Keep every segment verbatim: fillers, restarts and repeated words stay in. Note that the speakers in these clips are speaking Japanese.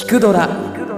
聞くドラ、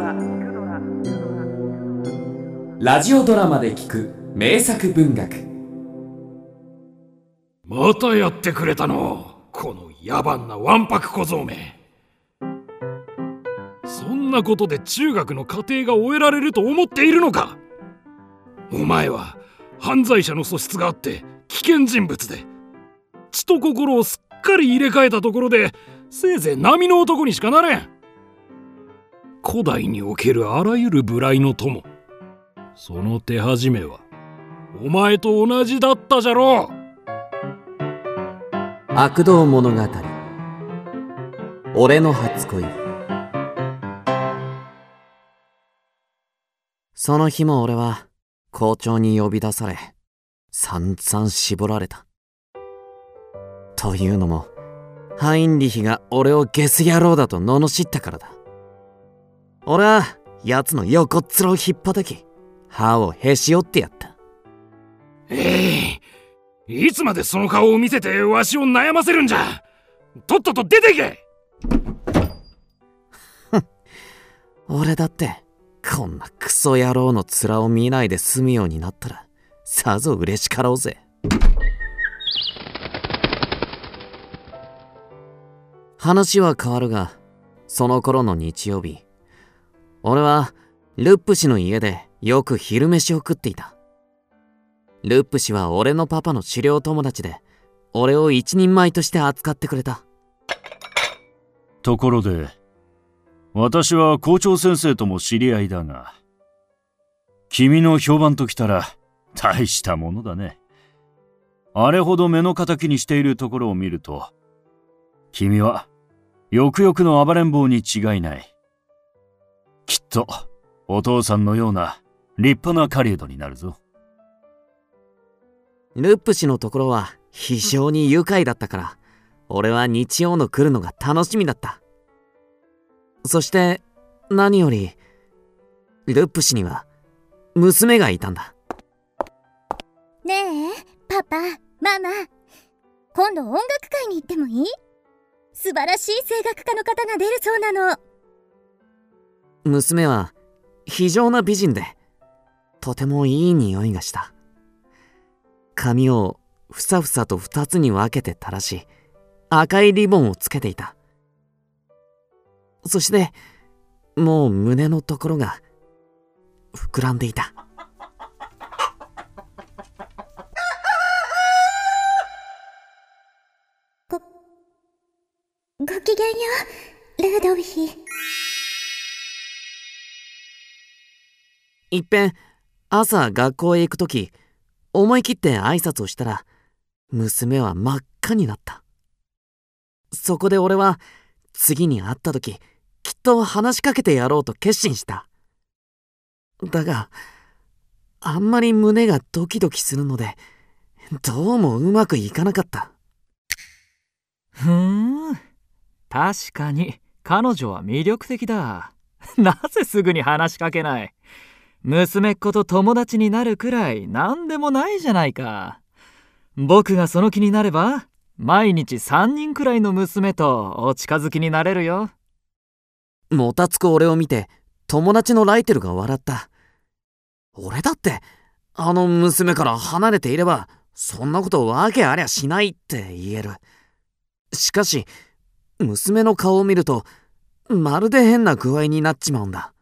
ラジオドラマで聞く名作文学。 またやってくれたの、この野蛮なわんぱく小僧め。そんなことで中学の課程が終えられると思っているのか。お前は犯罪者の素質があって危険人物で、血と心をすっかり入れ替えたところでせいぜい並の男にしかなれん。古代におけるあらゆる無頼の友、その手始めはお前と同じだったじゃろう。 悪道物語、俺の初恋。その日も俺は校長に呼び出され、散々絞られた。というのもハインリヒが俺をゲス野郎だと罵ったからだ。俺は奴の横っ面を引っ叩き、歯をへし折ってやった。 ええ、いつまでその顔を見せてわしを悩ませるんじゃ。とっとと出ていけ。 俺だってこんなクソ野郎の面を見ないで済むようになったらさぞ嬉しかろうぜ。話は変わるが、その頃の日曜日、俺はルップ氏の家でよく昼飯を食っていた。ルップ氏は俺のパパの狩猟友達で、俺を一人前として扱ってくれた。 ところで、私は校長先生とも知り合いだが、君の評判ときたら大したものだね。あれほど目の敵にしているところを見ると、君はよくよくの暴れん坊に違いない。きっとお父さんのような立派な狩人になるぞ。 ルップ氏のところは非常に愉快だったから、俺は日曜の来るのが楽しみだった。そして何よりルップ氏には娘がいたんだ。 ねえパパママ、今度音楽会に行ってもいい？素晴らしい声楽家の方が出るそうなの。 娘は非常な美人で、とてもいい匂いがした。髪をふさふさと二つに分けて垂らし、赤いリボンをつけていた。そしてもう胸のところが膨らんでいた。 ごごきげんようルードヴィヒ。 いっぺん朝学校へ行くとき、思い切って挨拶をしたら娘は真っ赤になった。そこで俺は次に会ったとききっと話しかけてやろうと決心した。だがあんまり胸がドキドキするので、どうもうまくいかなかった。 ふーん、確かに彼女は魅力的だ。なぜすぐに話しかけない？娘っ子と友達になるくらい何でもないじゃないか。僕がその気になれば毎日さんにんくらいの娘とお近づきになれるよ。 もたつく俺を見て友達のライテルが笑った。俺だってあの娘から離れていればそんなことわけありゃしないって言える。しかし娘の顔を見るとまるで変な具合になっちまうんだ。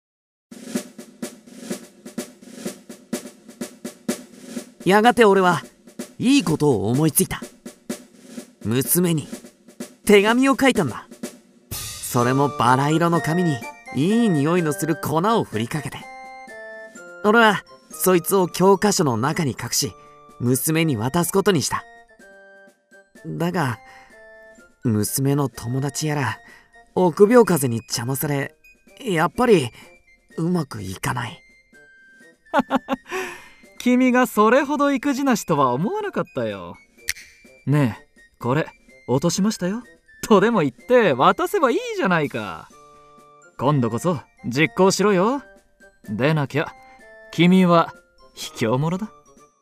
やがて俺はいいことを思いついた。娘に手紙を書いたんだ。それもバラ色の紙にいい匂いのする粉を振りかけて、俺はそいつを教科書の中に隠し娘に渡すことにした。だが娘の友達やら臆病風に邪魔され、やっぱりうまくいかない。 君がそれほど意気地なしとは思わなかったよ。ねえ、これ落としましたよとでも言って渡せばいいじゃないか。今度こそ実行しろよ。でなきゃ君は卑怯者だ。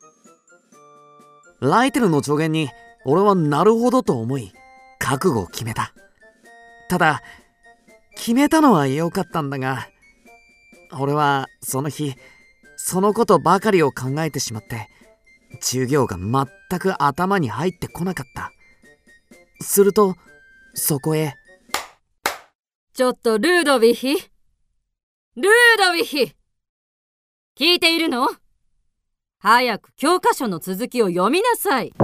ライテルの助言に俺はなるほどと思い覚悟を決めた。ただ決めたのは良かったんだが、俺はその日そのことばかりを考えてしまって授業が全く頭に入ってこなかった。するとそこへ、 ちょっとルードヴィヒ、ルードヴィヒ、聞いているの？早く教科書の続きを読みなさい。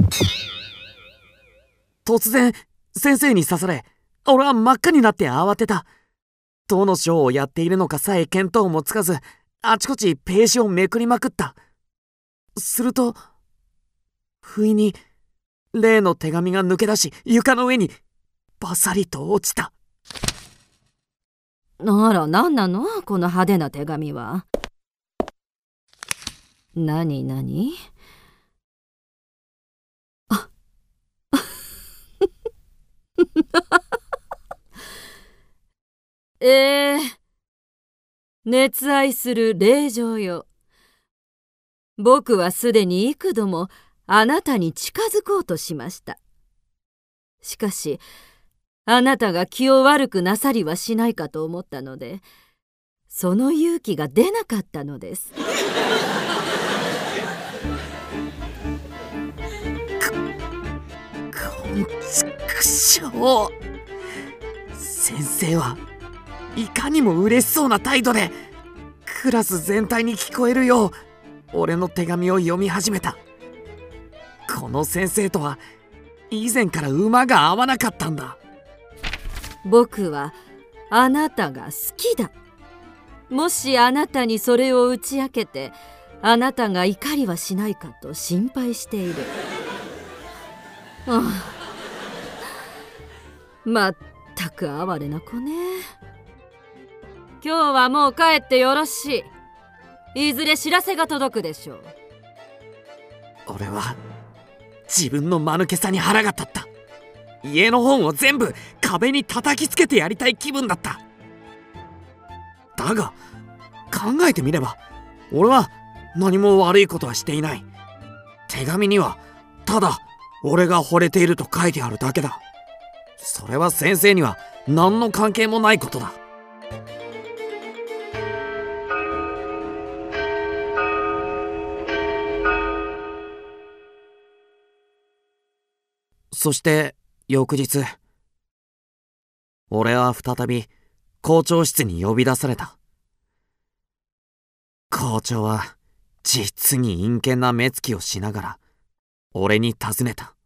突然先生に刺され、俺は真っ赤になって慌てた。どの章をやっているのかさえ見当もつかず、あちこちページをめくりまくった。すると不意に例の手紙が抜け出し、床の上にバサリと落ちた。 なら何なのこの派手な手紙は。なになに？あえー、熱愛する令嬢よ。僕はすでに幾度もあなたに近づこうとしました。しかし、あなたが気を悪くなさりはしないかと思ったので、その勇気が出なかったのです。 こんちくしょう。先生はいかにも嬉しそうな態度でクラス全体に聞こえるよう俺の手紙を読み始めた。この先生とは以前から馬が合わなかったんだ。 僕はあなたが好きだ。もしあなたにそれを打ち明けて、あなたが怒りはしないかと心配している。ああ、まったく哀れな子ね。今日はもう帰ってよろしい。いずれ知らせが届くでしょう。 俺は自分の間抜けさに腹が立った。家の本を全部壁に叩きつけてやりたい気分だった。だが考えてみれば俺は何も悪いことはしていない。手紙にはただ俺が惚れていると書いてあるだけだ。それは先生には何の関係もないことだ。そして翌日、俺は再び校長室に呼び出された。校長は実に陰険な目つきをしながら俺に尋ねた。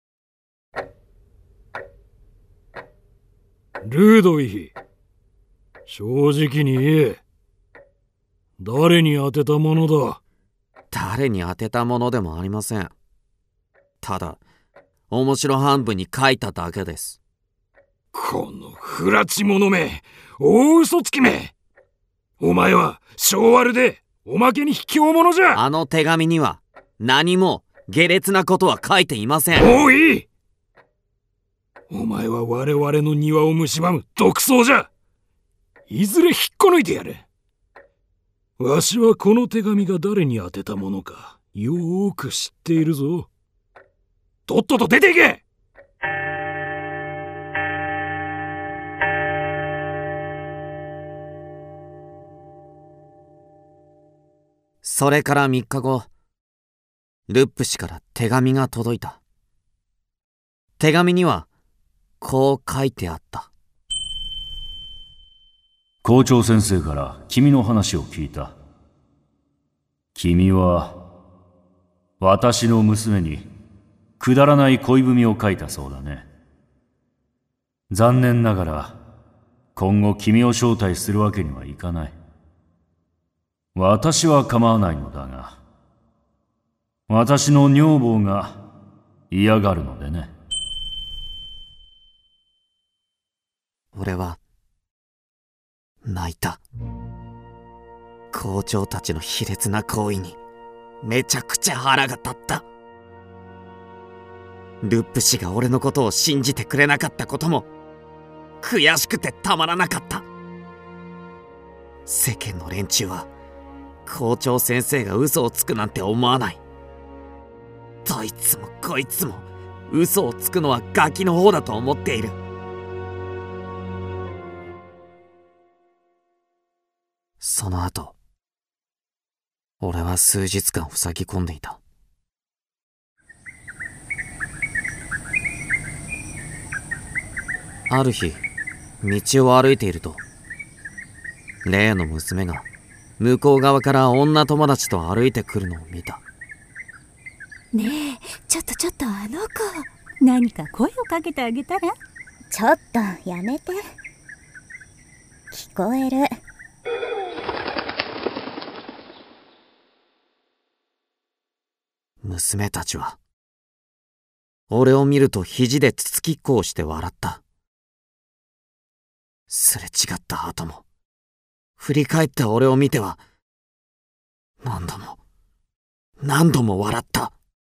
ルードヴィヒ、正直に言え。誰に当てたものだ？ 誰に当てたものでもありません。ただ面白半分に書いただけです。 この不埒者め、大嘘つきめ。お前は性悪でおまけに卑怯者じゃ。 あの手紙には何も下劣なことは書いていません。 もういい。お前は我々の庭を蝕む毒草じゃ。いずれ引っこ抜いてやれ。わしはこの手紙が誰に宛てたものかよーく知っているぞ。とっとと出ていけ。 それからみっかご、ルップ氏から手紙が届いた。手紙にはこう書いてあった。 校長先生から君の話を聞いた。君は私の娘にくだらない恋文を書いたそうだね。残念ながら今後君を招待するわけにはいかない。私は構わないのだが、私の女房が嫌がるのでね。 俺は泣いた。校長たちの卑劣な行為にめちゃくちゃ腹が立った。ルップ氏が俺のことを信じてくれなかったことも悔しくてたまらなかった。世間の連中は校長先生が嘘をつくなんて思わない。どいつもこいつも嘘をつくのはガキの方だと思っている。 その後、俺は数日間塞ぎ込んでいた。ある日、道を歩いていると、例の娘が向こう側から女友達と歩いてくるのを見た。 ねえ、ちょっとちょっとあの子、何か声をかけてあげたら？ ちょっとやめて。聞こえる。 娘たちは、俺を見ると肘でつつきっこをして笑った。すれ違った後も、振り返った俺を見ては、何度も、何度も笑った。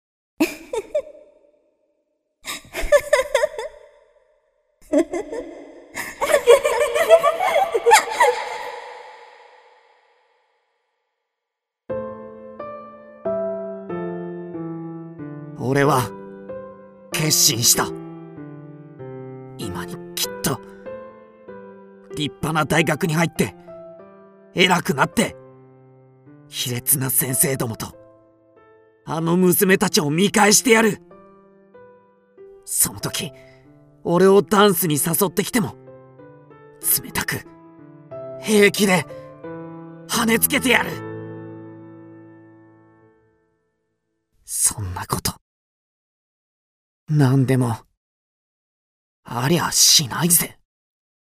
俺は決心した。今にきっと立派な大学に入って偉くなって卑劣な先生どもとあの娘たちを見返してやる。その時俺をダンスに誘ってきても冷たく平気で跳ねつけてやる。そんなこと何でもありゃしないぜ。